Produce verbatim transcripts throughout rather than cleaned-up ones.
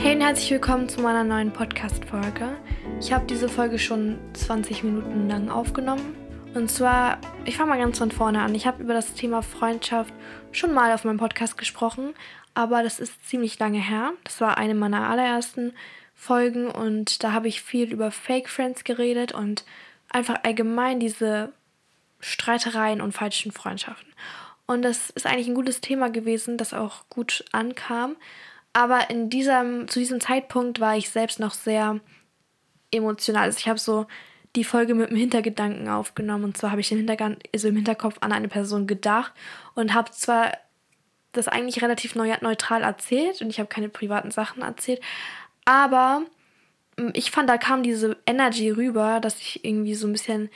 Hey und herzlich willkommen zu meiner neuen Podcast-Folge. Ich habe diese Folge schon zwanzig Minuten lang aufgenommen. Und zwar, ich fange mal ganz von vorne an. Ich habe über das Thema Freundschaft schon mal auf meinem Podcast gesprochen, aber das ist ziemlich lange her. Das war eine meiner allerersten Folgen und da habe ich viel über Fake Friends geredet und einfach allgemein diese Streitereien und falschen Freundschaften. Und das ist eigentlich ein gutes Thema gewesen, das auch gut ankam. Aber in diesem, zu diesem Zeitpunkt war ich selbst noch sehr emotional. Also ich habe so die Folge mit dem Hintergedanken aufgenommen. Und zwar habe ich im, Hintergan- also im Hinterkopf an eine Person gedacht und habe zwar das eigentlich relativ neu- neutral erzählt und ich habe keine privaten Sachen erzählt, aber ich fand, da kam diese Energy rüber, dass ich irgendwie so ein bisschen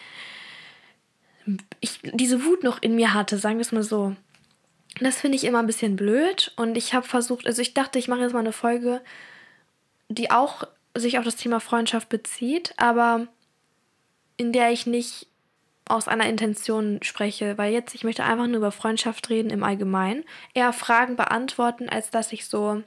ich diese Wut noch in mir hatte, sagen wir es mal so. Das finde ich immer ein bisschen blöd und ich habe versucht, also ich dachte, ich mache jetzt mal eine Folge, die auch sich auf das Thema Freundschaft bezieht, aber in der ich nicht aus einer Intention spreche, weil jetzt, ich möchte einfach nur über Freundschaft reden im Allgemeinen, eher Fragen beantworten, als dass ich so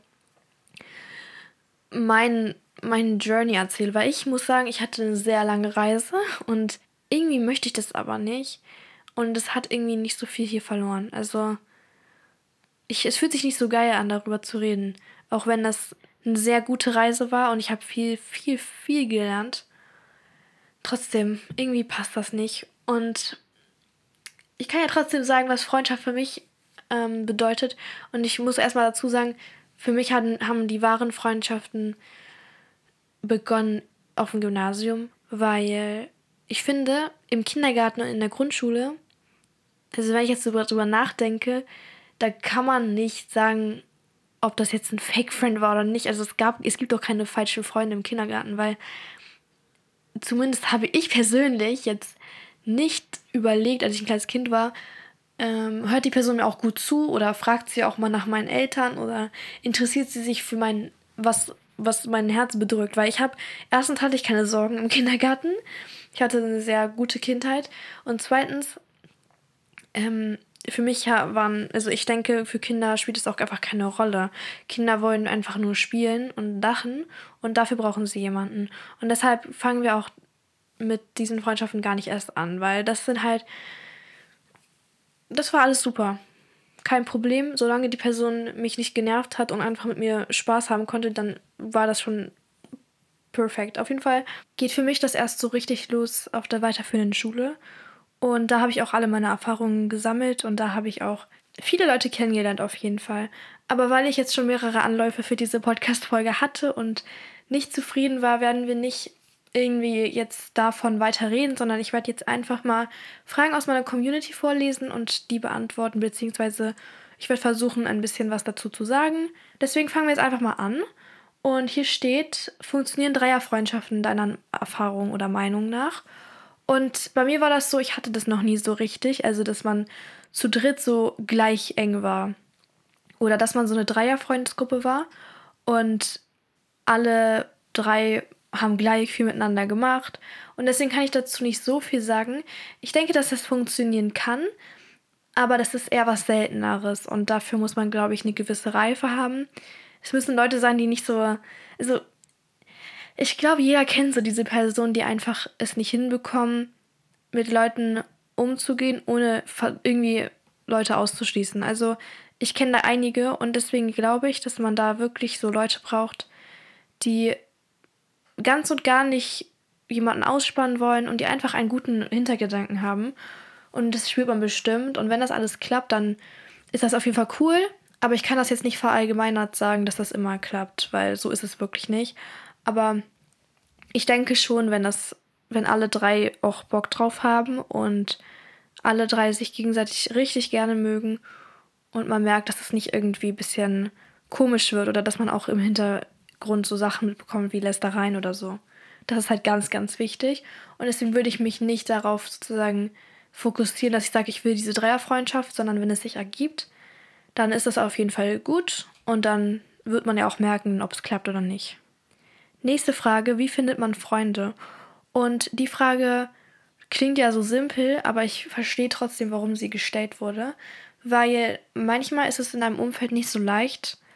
mein, mein Journey erzähle, weil ich muss sagen, ich hatte eine sehr lange Reise und irgendwie möchte ich das aber nicht und es hat irgendwie nicht so viel hier verloren, also Ich, es fühlt sich nicht so geil an, darüber zu reden. Auch wenn das eine sehr gute Reise war und ich habe viel, viel, viel gelernt. Trotzdem, irgendwie passt das nicht. Und ich kann ja trotzdem sagen, was Freundschaft für mich ähm, bedeutet. Und ich muss erstmal dazu sagen, für mich hatten, haben die wahren Freundschaften begonnen auf dem Gymnasium, weil ich finde, im Kindergarten und in der Grundschule, also wenn ich jetzt darüber nachdenke, da kann man nicht sagen, ob das jetzt ein Fake-Friend war oder nicht. Also es gab, es gibt doch keine falschen Freunde im Kindergarten, weil zumindest habe ich persönlich jetzt nicht überlegt, als ich ein kleines Kind war, ähm, hört die Person mir auch gut zu oder fragt sie auch mal nach meinen Eltern oder interessiert sie sich für mein, was, was mein Herz bedrückt. Weil ich habe, erstens hatte ich keine Sorgen im Kindergarten. Ich hatte eine sehr gute Kindheit. Und zweitens, ähm, für mich waren, also ich denke, für Kinder spielt es auch einfach keine Rolle. Kinder wollen einfach nur spielen und lachen und dafür brauchen sie jemanden. Und deshalb fangen wir auch mit diesen Freundschaften gar nicht erst an, weil das sind halt, das war alles super. Kein Problem, solange die Person mich nicht genervt hat und einfach mit mir Spaß haben konnte, dann war das schon perfekt. Auf jeden Fall geht für mich das erst so richtig los auf der weiterführenden Schule. Und da habe ich auch alle meine Erfahrungen gesammelt und da habe ich auch viele Leute kennengelernt auf jeden Fall. Aber weil ich jetzt schon mehrere Anläufe für diese Podcast-Folge hatte und nicht zufrieden war, werden wir nicht irgendwie jetzt davon weiter reden, sondern ich werde jetzt einfach mal Fragen aus meiner Community vorlesen und die beantworten, beziehungsweise ich werde versuchen, ein bisschen was dazu zu sagen. Deswegen fangen wir jetzt einfach mal an. Und hier steht, funktionieren Dreierfreundschaften deiner Erfahrung oder Meinung nach? Und bei mir war das so, ich hatte das noch nie so richtig, also dass man zu dritt so gleich eng war. Oder dass man so eine Dreierfreundesgruppe war und alle drei haben gleich viel miteinander gemacht. Und deswegen kann ich dazu nicht so viel sagen. Ich denke, dass das funktionieren kann, aber das ist eher was Selteneres. Und dafür muss man, glaube ich, eine gewisse Reife haben. Es müssen Leute sein, die nicht so... Also ich glaube, jeder kennt so diese Personen, die einfach es nicht hinbekommen, mit Leuten umzugehen, ohne irgendwie Leute auszuschließen. Also ich kenne da einige und deswegen glaube ich, dass man da wirklich so Leute braucht, die ganz und gar nicht jemanden ausspannen wollen und die einfach einen guten Hintergedanken haben. Und das spürt man bestimmt. Und wenn das alles klappt, dann ist das auf jeden Fall cool. Aber ich kann das jetzt nicht verallgemeinert sagen, dass das immer klappt, weil so ist es wirklich nicht. Aber ich denke schon, wenn das, wenn alle drei auch Bock drauf haben und alle drei sich gegenseitig richtig gerne mögen und man merkt, dass es nicht irgendwie ein bisschen komisch wird oder dass man auch im Hintergrund so Sachen mitbekommt wie Lästereien oder so. Das ist halt ganz, ganz wichtig. Und deswegen würde ich mich nicht darauf sozusagen fokussieren, dass ich sage, ich will diese Dreierfreundschaft, sondern wenn es sich ergibt, dann ist das auf jeden Fall gut und dann wird man ja auch merken, ob es klappt oder nicht. Nächste Frage, wie findet man Freunde? Und die Frage klingt ja so simpel, aber ich verstehe trotzdem, warum sie gestellt wurde, weil manchmal ist es in einem Umfeld nicht so leicht,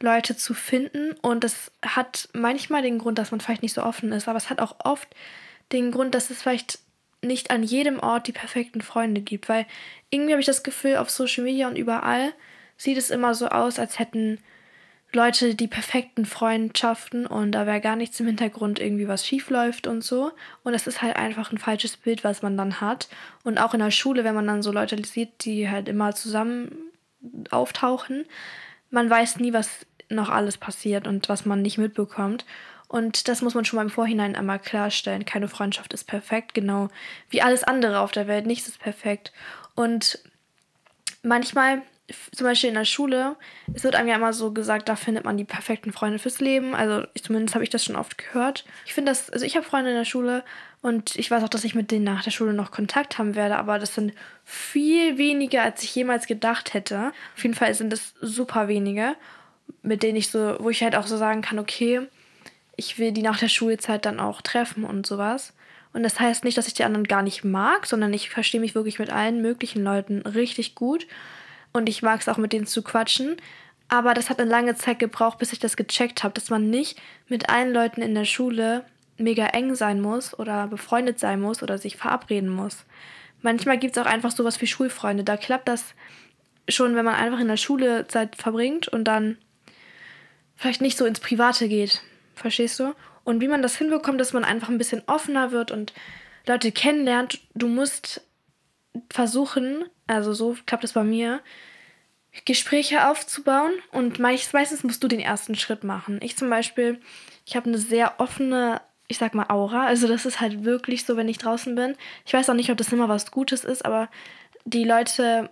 Leute zu finden. Und das hat manchmal den Grund, dass man vielleicht nicht so offen ist, aber es hat auch oft den Grund, dass es vielleicht nicht an jedem Ort die perfekten Freunde gibt. Weil irgendwie habe ich das Gefühl, auf Social Media und überall sieht es immer so aus, als hätten Leute die perfekten Freundschaften und da wäre gar nichts im Hintergrund irgendwie, was schief läuft und so. Und das ist halt einfach ein falsches Bild, was man dann hat. Und auch in der Schule, wenn man dann so Leute sieht, die halt immer zusammen auftauchen, man weiß nie, was noch alles passiert und was man nicht mitbekommt. Und das muss man schon mal im Vorhinein einmal klarstellen. Keine Freundschaft ist perfekt, genau wie alles andere auf der Welt. Nichts ist perfekt. Und manchmal, zum Beispiel in der Schule, es wird einem ja immer so gesagt, da findet man die perfekten Freunde fürs Leben. Also ich, zumindest habe ich das schon oft gehört. Ich finde das, also ich habe Freunde in der Schule und ich weiß auch, dass ich mit denen nach der Schule noch Kontakt haben werde, aber das sind viel weniger, als ich jemals gedacht hätte. Auf jeden Fall sind es super wenige, mit denen ich so, wo ich halt auch so sagen kann, okay, ich will die nach der Schulzeit dann auch treffen und sowas. Und das heißt nicht, dass ich die anderen gar nicht mag, sondern ich verstehe mich wirklich mit allen möglichen Leuten richtig gut. Und ich mag es auch, mit denen zu quatschen. Aber das hat eine lange Zeit gebraucht, bis ich das gecheckt habe, dass man nicht mit allen Leuten in der Schule mega eng sein muss oder befreundet sein muss oder sich verabreden muss. Manchmal gibt es auch einfach sowas wie Schulfreunde. Da klappt das schon, wenn man einfach in der Schule Zeit verbringt und dann vielleicht nicht so ins Private geht. Verstehst du? Und wie man das hinbekommt, dass man einfach ein bisschen offener wird und Leute kennenlernt. Du musst versuchen, also so klappt es bei mir, Gespräche aufzubauen und meist, meistens musst du den ersten Schritt machen. Ich zum Beispiel, ich habe eine sehr offene, ich sag mal Aura, also das ist halt wirklich so, wenn ich draußen bin. Ich weiß auch nicht, ob das immer was Gutes ist, aber die Leute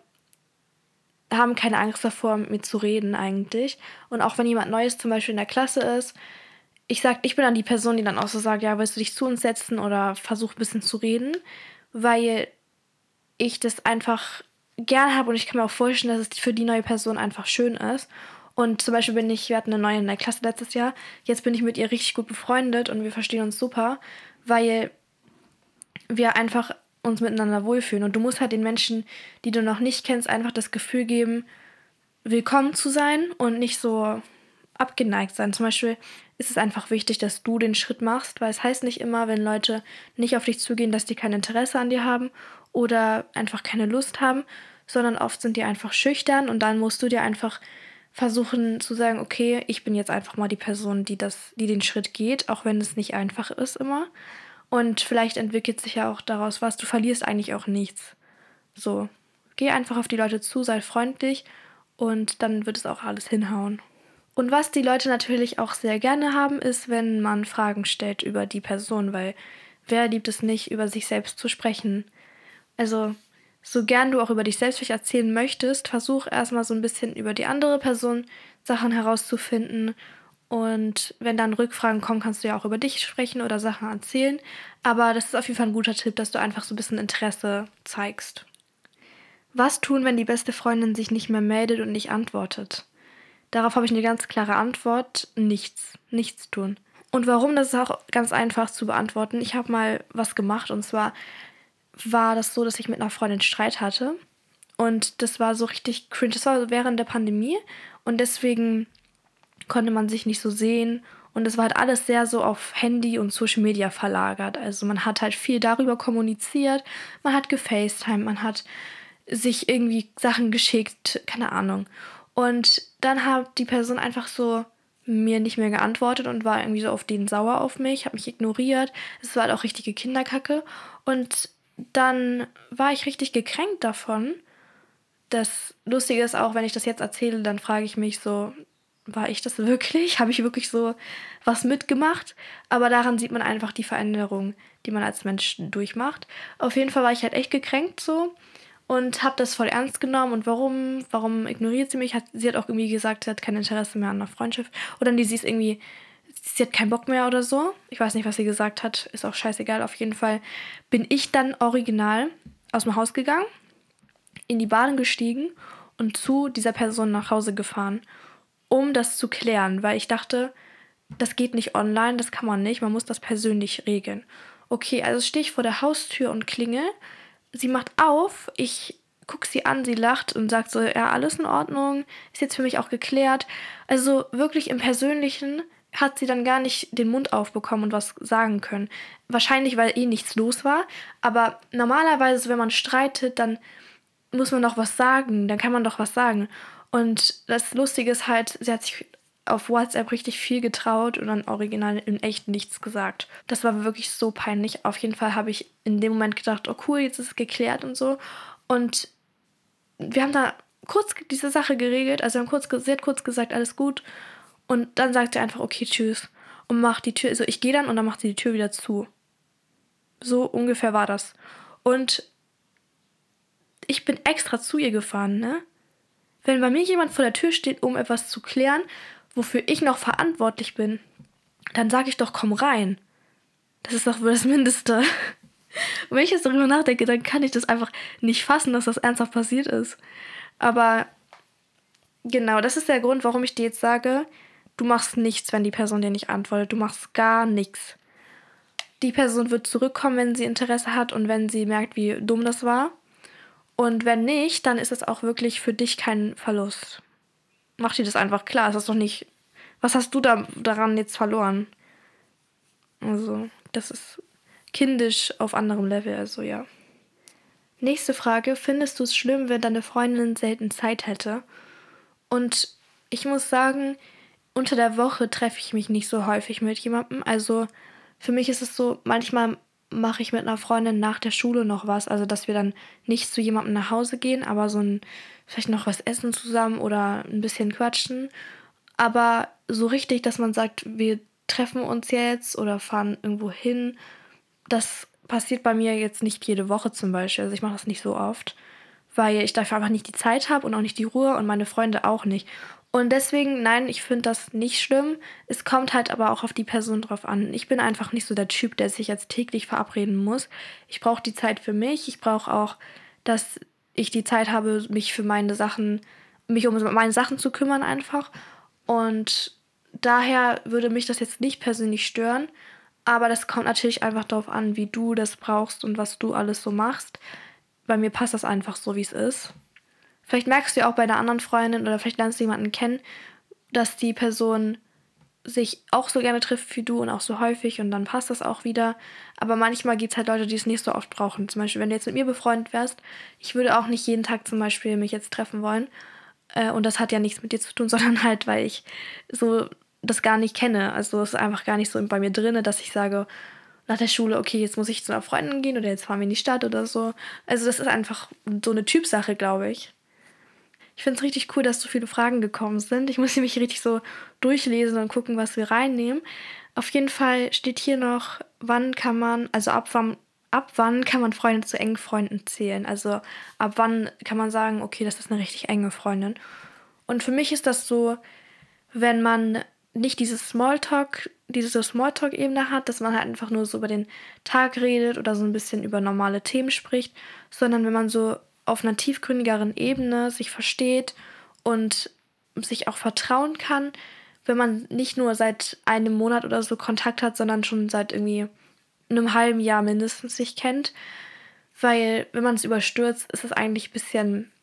haben keine Angst davor, mit mir zu reden eigentlich. Und auch wenn jemand Neues zum Beispiel in der Klasse ist, ich sag, ich bin dann die Person, die dann auch so sagt, ja, willst du dich zu uns setzen oder versuch ein bisschen zu reden, weil ich das einfach gern habe und ich kann mir auch vorstellen, dass es für die neue Person einfach schön ist. Und zum Beispiel bin ich, wir hatten eine neue in der Klasse letztes Jahr, jetzt bin ich mit ihr richtig gut befreundet und wir verstehen uns super, weil wir einfach uns miteinander wohlfühlen. Und du musst halt den Menschen, die du noch nicht kennst, einfach das Gefühl geben, willkommen zu sein und nicht so abgeneigt sein. Zum Beispiel ist es einfach wichtig, dass du den Schritt machst, weil es heißt nicht immer, wenn Leute nicht auf dich zugehen, dass die kein Interesse an dir haben oder einfach keine Lust haben, sondern oft sind die einfach schüchtern und dann musst du dir einfach versuchen zu sagen, okay, ich bin jetzt einfach mal die Person, die das, die den Schritt geht, auch wenn es nicht einfach ist immer. Und vielleicht entwickelt sich ja auch daraus was, du verlierst eigentlich auch nichts. So, geh einfach auf die Leute zu, sei freundlich und dann wird es auch alles hinhauen. Und was die Leute natürlich auch sehr gerne haben, ist, wenn man Fragen stellt über die Person, weil wer liebt es nicht, über sich selbst zu sprechen? Also, so gern du auch über dich selbst vielleicht erzählen möchtest, versuch erstmal so ein bisschen über die andere Person Sachen herauszufinden. Und wenn dann Rückfragen kommen, kannst du ja auch über dich sprechen oder Sachen erzählen. Aber das ist auf jeden Fall ein guter Tipp, dass du einfach so ein bisschen Interesse zeigst. Was tun, wenn die beste Freundin sich nicht mehr meldet und nicht antwortet? Darauf habe ich eine ganz klare Antwort. Nichts. Nichts tun. Und warum, das ist auch ganz einfach zu beantworten. Ich habe mal was gemacht und zwar war das so, dass ich mit einer Freundin Streit hatte. Und das war so richtig cringe. Das war während der Pandemie und deswegen konnte man sich nicht so sehen. Und es war halt alles sehr so auf Handy und Social Media verlagert. Also man hat halt viel darüber kommuniziert, man hat gefacetimed, man hat sich irgendwie Sachen geschickt, keine Ahnung. Und dann hat die Person einfach so mir nicht mehr geantwortet und war irgendwie so auf den sauer auf mich, hat mich ignoriert. Es war halt auch richtige Kinderkacke. Und dann war ich richtig gekränkt davon. Das Lustige ist auch, wenn ich das jetzt erzähle, dann frage ich mich so, war ich das wirklich? Habe ich wirklich so was mitgemacht? Aber daran sieht man einfach die Veränderung, die man als Mensch durchmacht. Auf jeden Fall war ich halt echt gekränkt so und habe das voll ernst genommen. Und warum? Warum ignoriert sie mich? Hat, sie hat auch irgendwie gesagt, sie hat kein Interesse mehr an einer Freundschaft. Oder nee, sie ist irgendwie, sie hat keinen Bock mehr oder so. Ich weiß nicht, was sie gesagt hat. Ist auch scheißegal. Auf jeden Fall bin ich dann original aus dem Haus gegangen, in die Bahn gestiegen und zu dieser Person nach Hause gefahren, um das zu klären, weil ich dachte, das geht nicht online, das kann man nicht, man muss das persönlich regeln. Okay, also stehe ich vor der Haustür und klingel, sie macht auf, ich guck sie an, sie lacht und sagt so, ja, alles in Ordnung, ist jetzt für mich auch geklärt. Also wirklich im Persönlichen hat sie dann gar nicht den Mund aufbekommen und was sagen können. Wahrscheinlich, weil eh nichts los war. Aber normalerweise, wenn man streitet, dann muss man doch was sagen. Dann kann man doch was sagen. Und das Lustige ist halt, sie hat sich auf WhatsApp richtig viel getraut und dann original in echt nichts gesagt. Das war wirklich so peinlich. Auf jeden Fall habe ich in dem Moment gedacht, oh cool, jetzt ist es geklärt und so. Und wir haben da kurz diese Sache geregelt. Also wir haben kurz, sie hat kurz gesagt, alles gut. Und dann sagt sie einfach, okay, tschüss. Und macht die Tür, also ich gehe dann und dann macht sie die Tür wieder zu. So ungefähr war das. Und ich bin extra zu ihr gefahren, ne? Wenn bei mir jemand vor der Tür steht, um etwas zu klären, wofür ich noch verantwortlich bin, dann sage ich doch, komm rein. Das ist doch wohl das Mindeste. Und wenn ich jetzt darüber nachdenke, dann kann ich das einfach nicht fassen, dass das ernsthaft passiert ist. Aber genau, das ist der Grund, warum ich dir jetzt sage, du machst nichts, wenn die Person dir nicht antwortet. Du machst gar nichts. Die Person wird zurückkommen, wenn sie Interesse hat und wenn sie merkt, wie dumm das war. Und wenn nicht, dann ist es auch wirklich für dich kein Verlust. Mach dir das einfach klar. Es ist doch nicht, was hast du da daran jetzt verloren? Also, das ist kindisch auf anderem Level, also ja. Nächste Frage. Findest du es schlimm, wenn deine Freundin selten Zeit hätte? Und ich muss sagen, unter der Woche treffe ich mich nicht so häufig mit jemandem. Also für mich ist es so, manchmal mache ich mit einer Freundin nach der Schule noch was. Also dass wir dann nicht zu jemandem nach Hause gehen, aber so ein, vielleicht noch was essen zusammen oder ein bisschen quatschen. Aber so richtig, dass man sagt, wir treffen uns jetzt oder fahren irgendwo hin, das passiert bei mir jetzt nicht jede Woche zum Beispiel. Also ich mache das nicht so oft, weil ich dafür einfach nicht die Zeit habe und auch nicht die Ruhe und meine Freunde auch nicht. Und deswegen, nein, ich finde das nicht schlimm. Es kommt halt aber auch auf die Person drauf an. Ich bin einfach nicht so der Typ, der sich jetzt täglich verabreden muss. Ich brauche die Zeit für mich. Ich brauche auch, dass ich die Zeit habe, mich für meine Sachen, mich um meine Sachen zu kümmern einfach. Und daher würde mich das jetzt nicht persönlich stören. Aber das kommt natürlich einfach darauf an, wie du das brauchst und was du alles so machst. Bei mir passt das einfach so, wie es ist. Vielleicht merkst du ja auch bei einer anderen Freundin oder vielleicht lernst du jemanden kennen, dass die Person sich auch so gerne trifft wie du und auch so häufig und dann passt das auch wieder. Aber manchmal gibt es halt Leute, die es nicht so oft brauchen. Zum Beispiel, wenn du jetzt mit mir befreundet wärst, ich würde auch nicht jeden Tag zum Beispiel mich jetzt treffen wollen. Äh, und das hat ja nichts mit dir zu tun, sondern halt, weil ich so das gar nicht kenne. Also es ist einfach gar nicht so bei mir drin, dass ich sage, nach der Schule, okay, jetzt muss ich zu einer Freundin gehen oder jetzt fahren wir in die Stadt oder so. Also das ist einfach so eine Typsache, glaube ich. Ich finde es richtig cool, dass so viele Fragen gekommen sind. Ich muss mich richtig so durchlesen und gucken, was wir reinnehmen. Auf jeden Fall steht hier noch, wann kann man, also ab wann, ab wann kann man Freunde zu engen Freunden zählen? Also ab wann kann man sagen, okay, das ist eine richtig enge Freundin. Und für mich ist das so, wenn man nicht dieses Smalltalk, diese Smalltalk-Ebene hat, dass man halt einfach nur so über den Tag redet oder so ein bisschen über normale Themen spricht, sondern wenn man so auf einer tiefgründigeren Ebene sich versteht und sich auch vertrauen kann, wenn man nicht nur seit einem Monat oder so Kontakt hat, sondern schon seit irgendwie einem halben Jahr mindestens sich kennt. Weil, wenn man es überstürzt, ist es eigentlich ein bisschen,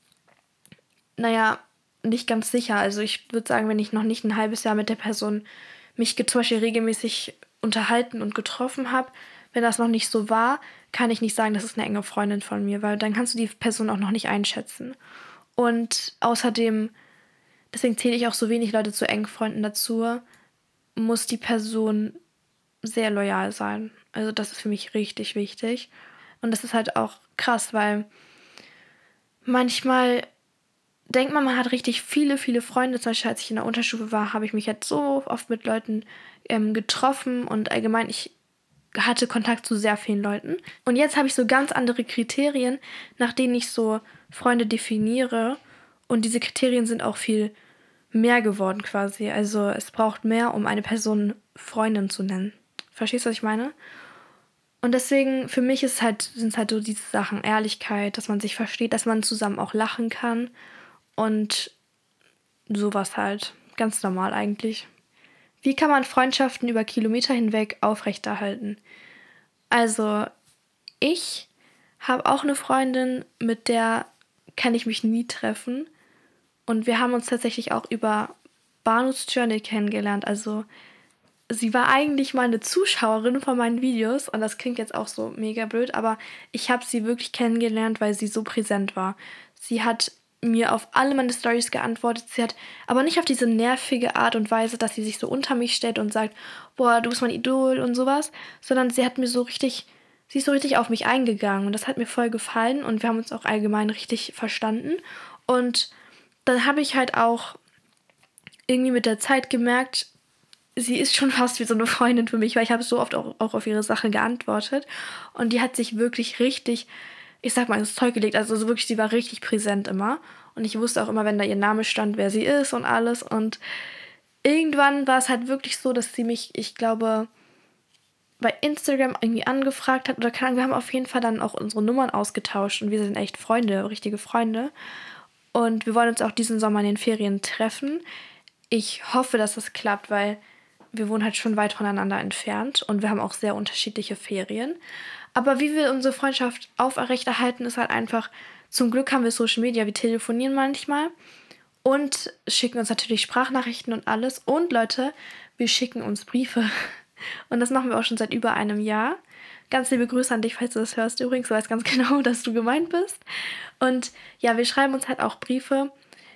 naja, nicht ganz sicher. Also ich würde sagen, wenn ich noch nicht ein halbes Jahr mit der Person mich zum Beispiel regelmäßig unterhalten und getroffen habe, wenn das noch nicht so war, kann ich nicht sagen, das ist eine enge Freundin von mir, weil dann kannst du die Person auch noch nicht einschätzen. Und außerdem, deswegen zähle ich auch so wenig Leute zu engen Freunden dazu, muss die Person sehr loyal sein. Also das ist für mich richtig wichtig. Und das ist halt auch krass, weil manchmal denkt man, man hat richtig viele, viele Freunde. Zum Beispiel, als ich in der Unterstufe war, habe ich mich jetzt so oft mit Leuten ähm, getroffen und allgemein, ich hatte Kontakt zu sehr vielen Leuten. Und jetzt habe ich so ganz andere Kriterien, nach denen ich so Freunde definiere. Und diese Kriterien sind auch viel mehr geworden quasi. Also es braucht mehr, um eine Person Freundin zu nennen. Verstehst du, was ich meine? Und deswegen, für mich ist halt, sind es halt so diese Sachen, Ehrlichkeit, dass man sich versteht, dass man zusammen auch lachen kann. Und sowas halt. Ganz normal eigentlich. Wie kann man Freundschaften über Kilometer hinweg aufrechterhalten? Also, ich habe auch eine Freundin, mit der kann ich mich nie treffen. Und wir haben uns tatsächlich auch über Banu's Journey kennengelernt. Also sie war eigentlich mal eine Zuschauerin von meinen Videos und das klingt jetzt auch so mega blöd, aber ich habe sie wirklich kennengelernt, weil sie so präsent war. Sie hat mir auf alle meine Storys geantwortet. Sie hat aber nicht auf diese nervige Art und Weise, dass sie sich so unter mich stellt und sagt, boah, du bist mein Idol und sowas, sondern sie hat mir so richtig, sie ist so richtig auf mich eingegangen und das hat mir voll gefallen und wir haben uns auch allgemein richtig verstanden. Und dann habe ich halt auch irgendwie mit der Zeit gemerkt, sie ist schon fast wie so eine Freundin für mich, weil ich habe so oft auch, auch auf ihre Sachen geantwortet. Und die hat sich wirklich richtig, ich sag mal, ins Zeug gelegt. Also so wirklich, sie war richtig präsent immer. Und ich wusste auch immer, wenn da ihr Name stand, wer sie ist und alles. Und irgendwann war es halt wirklich so, dass sie mich, ich glaube, bei Instagram irgendwie angefragt hat. Oder keine Ahnung, wir haben auf jeden Fall dann auch unsere Nummern ausgetauscht. Und wir sind echt Freunde, richtige Freunde. Und wir wollen uns auch diesen Sommer in den Ferien treffen. Ich hoffe, dass das klappt, weil wir wohnen halt schon weit voneinander entfernt und wir haben auch sehr unterschiedliche Ferien. Aber wie wir unsere Freundschaft aufrechterhalten, ist halt einfach, zum Glück haben wir Social Media, wir telefonieren manchmal und schicken uns natürlich Sprachnachrichten und alles. Und Leute, wir schicken uns Briefe. Und das machen wir auch schon seit über einem Jahr. Ganz liebe Grüße an dich, falls du das hörst übrigens. Du weißt ganz genau, dass du gemeint bist. Und ja, wir schreiben uns halt auch Briefe.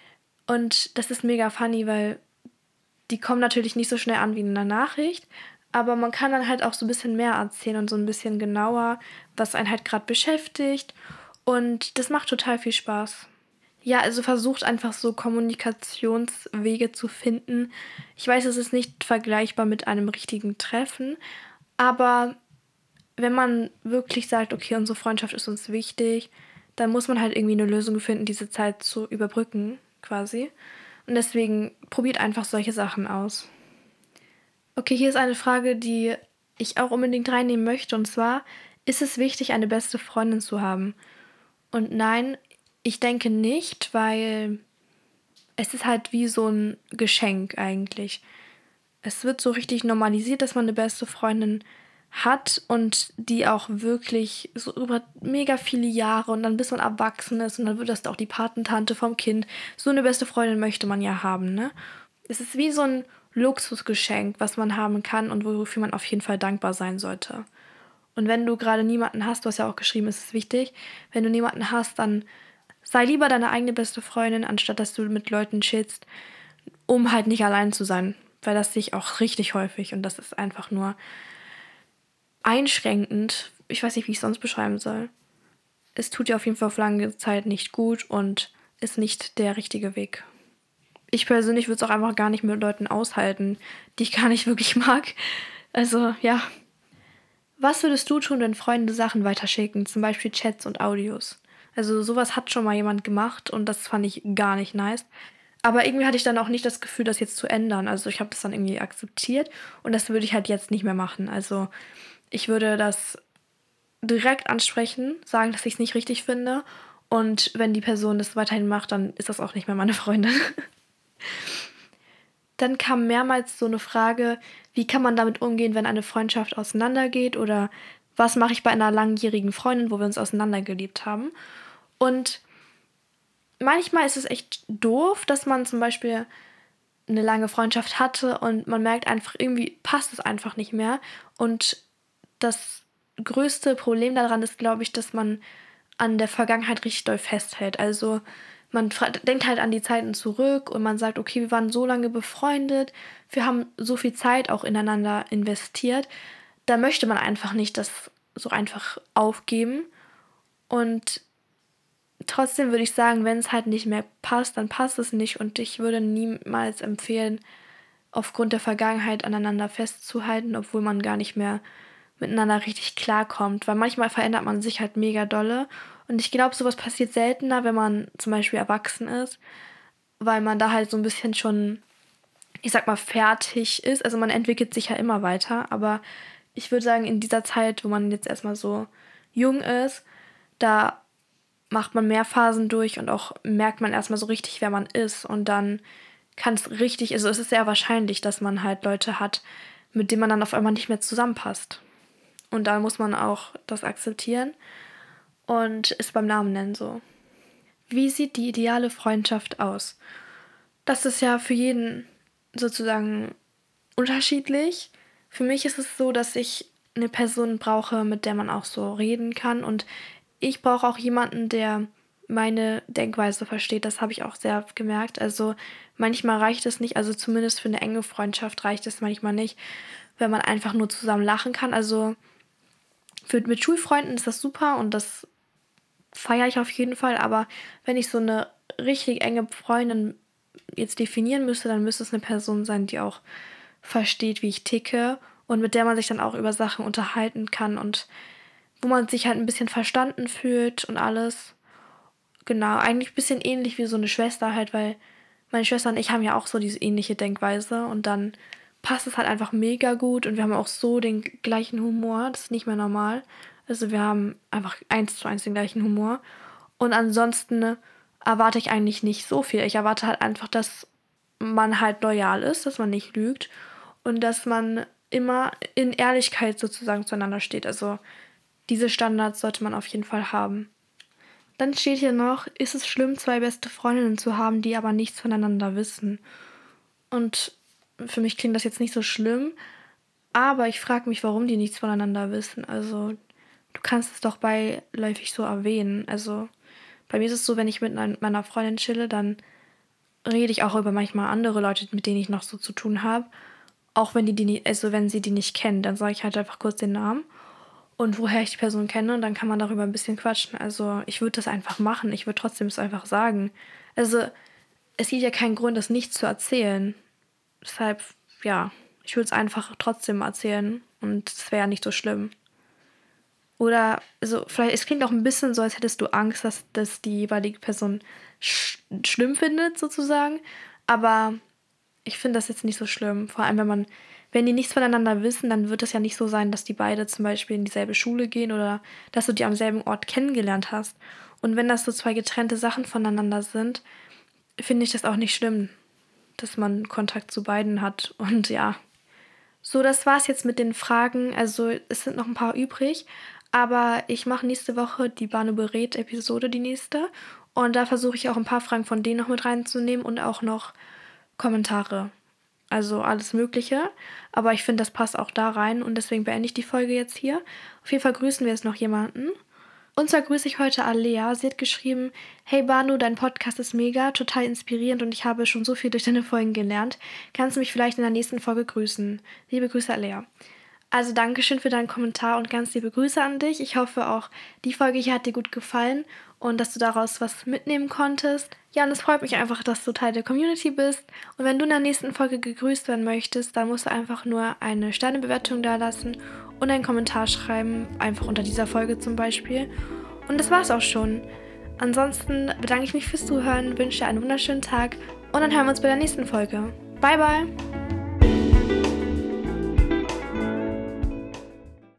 Und das ist mega funny, weil die kommen natürlich nicht so schnell an wie in einer Nachricht, aber man kann dann halt auch so ein bisschen mehr erzählen und so ein bisschen genauer, was einen halt gerade beschäftigt und das macht total viel Spaß. Ja, also versucht einfach so Kommunikationswege zu finden. Ich weiß, es ist nicht vergleichbar mit einem richtigen Treffen, aber wenn man wirklich sagt, okay, unsere Freundschaft ist uns wichtig, dann muss man halt irgendwie eine Lösung finden, diese Zeit zu überbrücken, quasi. Und deswegen probiert einfach solche Sachen aus. Okay, hier ist eine Frage, die ich auch unbedingt reinnehmen möchte. Und zwar, ist es wichtig, eine beste Freundin zu haben? Und nein, ich denke nicht, weil es ist halt wie so ein Geschenk eigentlich. Es wird so richtig normalisiert, dass man eine beste Freundin hat und die auch wirklich so über mega viele Jahre und dann bis man erwachsen ist und dann wird das auch die Patentante vom Kind. So eine beste Freundin möchte man ja haben, ne? Es ist wie so ein Luxusgeschenk, was man haben kann und wofür man auf jeden Fall dankbar sein sollte. Und wenn du gerade niemanden hast, du hast ja auch geschrieben, es ist wichtig, wenn du niemanden hast, dann sei lieber deine eigene beste Freundin, anstatt dass du mit Leuten chillst, um halt nicht allein zu sein. Weil das sehe ich auch richtig häufig und das ist einfach nur einschränkend. Ich weiß nicht, wie ich es sonst beschreiben soll. Es tut dir auf jeden Fall auf lange Zeit nicht gut und ist nicht der richtige Weg. Ich persönlich würde es auch einfach gar nicht mit Leuten aushalten, die ich gar nicht wirklich mag. Also, ja. Was würdest du tun, wenn Freunde Sachen weiterschicken, zum Beispiel Chats und Audios? Also sowas hat schon mal jemand gemacht und das fand ich gar nicht nice. Aber irgendwie hatte ich dann auch nicht das Gefühl, das jetzt zu ändern. Also ich habe das dann irgendwie akzeptiert und das würde ich halt jetzt nicht mehr machen. Also ich würde das direkt ansprechen, sagen, dass ich es nicht richtig finde. Und wenn die Person das weiterhin macht, dann ist das auch nicht mehr meine Freundin. Dann kam mehrmals so eine Frage, wie kann man damit umgehen, wenn eine Freundschaft auseinandergeht oder was mache ich bei einer langjährigen Freundin, wo wir uns auseinandergelebt haben. Und manchmal ist es echt doof, dass man zum Beispiel eine lange Freundschaft hatte und man merkt einfach, irgendwie passt es einfach nicht mehr. Und das größte Problem daran ist, glaube ich, dass man an der Vergangenheit richtig doll festhält. Also man fra- denkt halt an die Zeiten zurück und man sagt, okay, wir waren so lange befreundet, wir haben so viel Zeit auch ineinander investiert. Da möchte man einfach nicht das so einfach aufgeben. Und trotzdem würde ich sagen, wenn es halt nicht mehr passt, dann passt es nicht. Und ich würde niemals empfehlen, aufgrund der Vergangenheit aneinander festzuhalten, obwohl man gar nicht mehr miteinander richtig klarkommt. Weil manchmal verändert man sich halt mega dolle. Und ich glaube, sowas passiert seltener, wenn man zum Beispiel erwachsen ist, weil man da halt so ein bisschen schon, ich sag mal, fertig ist. Also man entwickelt sich ja immer weiter. Aber ich würde sagen, in dieser Zeit, wo man jetzt erstmal so jung ist, da macht man mehr Phasen durch und auch merkt man erstmal so richtig, wer man ist. Und dann kann es richtig, also es ist sehr wahrscheinlich, dass man halt Leute hat, mit denen man dann auf einmal nicht mehr zusammenpasst. Und dann muss man auch das akzeptieren und es beim Namen nennen so. wie sieht die ideale Freundschaft aus? Das ist ja für jeden sozusagen unterschiedlich. Für mich ist es so, dass ich eine Person brauche, mit der man auch so reden kann. Und ich brauche auch jemanden, der meine Denkweise versteht. Das habe ich auch sehr gemerkt. Also manchmal reicht es nicht, also zumindest für eine enge Freundschaft reicht es manchmal nicht, wenn man einfach nur zusammen lachen kann. Also für, mit Schulfreunden ist das super und das feiere ich auf jeden Fall. Aber wenn ich so eine richtig enge Freundin jetzt definieren müsste, dann müsste es eine Person sein, die auch versteht, wie ich ticke und mit der man sich dann auch über Sachen unterhalten kann und wo man sich halt ein bisschen verstanden fühlt und alles. Genau, eigentlich ein bisschen ähnlich wie so eine Schwester halt, weil meine Schwester und ich haben ja auch so diese ähnliche Denkweise und dann passt es halt einfach mega gut und wir haben auch so den gleichen Humor, das ist nicht mehr normal. Also wir haben einfach eins zu eins den gleichen Humor und ansonsten erwarte ich eigentlich nicht so viel. Ich erwarte halt einfach, dass man halt loyal ist, dass man nicht lügt und dass man immer in Ehrlichkeit sozusagen zueinander steht. Also diese Standards sollte man auf jeden Fall haben. Dann steht hier noch, ist es schlimm, zwei beste Freundinnen zu haben, die aber nichts voneinander wissen? Und für mich klingt das jetzt nicht so schlimm, aber ich frage mich, warum die nichts voneinander wissen. Also du kannst es doch beiläufig so erwähnen. Also bei mir ist es so, wenn ich mit meiner Freundin chille, dann rede ich auch über manchmal andere Leute, mit denen ich noch so zu tun habe. Auch wenn die die nicht, also wenn sie die nicht kennen, dann sage ich halt einfach kurz den Namen und woher ich die Person kenne und dann kann man darüber ein bisschen quatschen. Also ich würde das einfach machen. Ich würde trotzdem es einfach sagen. Also es gibt ja keinen Grund, das nicht zu erzählen. Deshalb, ja, ich würde es einfach trotzdem erzählen und es wäre ja nicht so schlimm. Oder, also vielleicht, es klingt auch ein bisschen so, als hättest du Angst, dass das die jeweilige Person sch- schlimm findet, sozusagen. Aber ich finde das jetzt nicht so schlimm. Vor allem, wenn man, wenn die nichts voneinander wissen, dann wird es ja nicht so sein, dass die beide zum Beispiel in dieselbe Schule gehen oder dass du die am selben Ort kennengelernt hast. Und wenn das so zwei getrennte Sachen voneinander sind, finde ich das auch nicht schlimm, dass man Kontakt zu beiden hat. Und ja, so, das war's jetzt mit den Fragen. Also es sind noch ein paar übrig, aber ich mache nächste Woche die Banu berät Episode, die nächste. Und da versuche ich auch ein paar Fragen von denen noch mit reinzunehmen und auch noch Kommentare. Also alles Mögliche. Aber ich finde, das passt auch da rein und deswegen beende ich die Folge jetzt hier. Auf jeden Fall grüßen wir jetzt noch jemanden. Und zwar grüße ich heute Alea. Sie hat geschrieben, hey Banu, dein Podcast ist mega, total inspirierend und ich habe schon so viel durch deine Folgen gelernt. Kannst du mich vielleicht in der nächsten Folge grüßen? Liebe Grüße, Alea. Also Dankeschön für deinen Kommentar und ganz liebe Grüße an dich. Ich hoffe auch, die Folge hier hat dir gut gefallen und dass du daraus was mitnehmen konntest. Ja, und es freut mich einfach, dass du Teil der Community bist. Und wenn du in der nächsten Folge gegrüßt werden möchtest, dann musst du einfach nur eine Sternebewertung da lassen und einen Kommentar schreiben, einfach unter dieser Folge zum Beispiel. Und das war's auch schon. Ansonsten bedanke ich mich fürs Zuhören, wünsche dir einen wunderschönen Tag und dann hören wir uns bei der nächsten Folge. Bye, bye!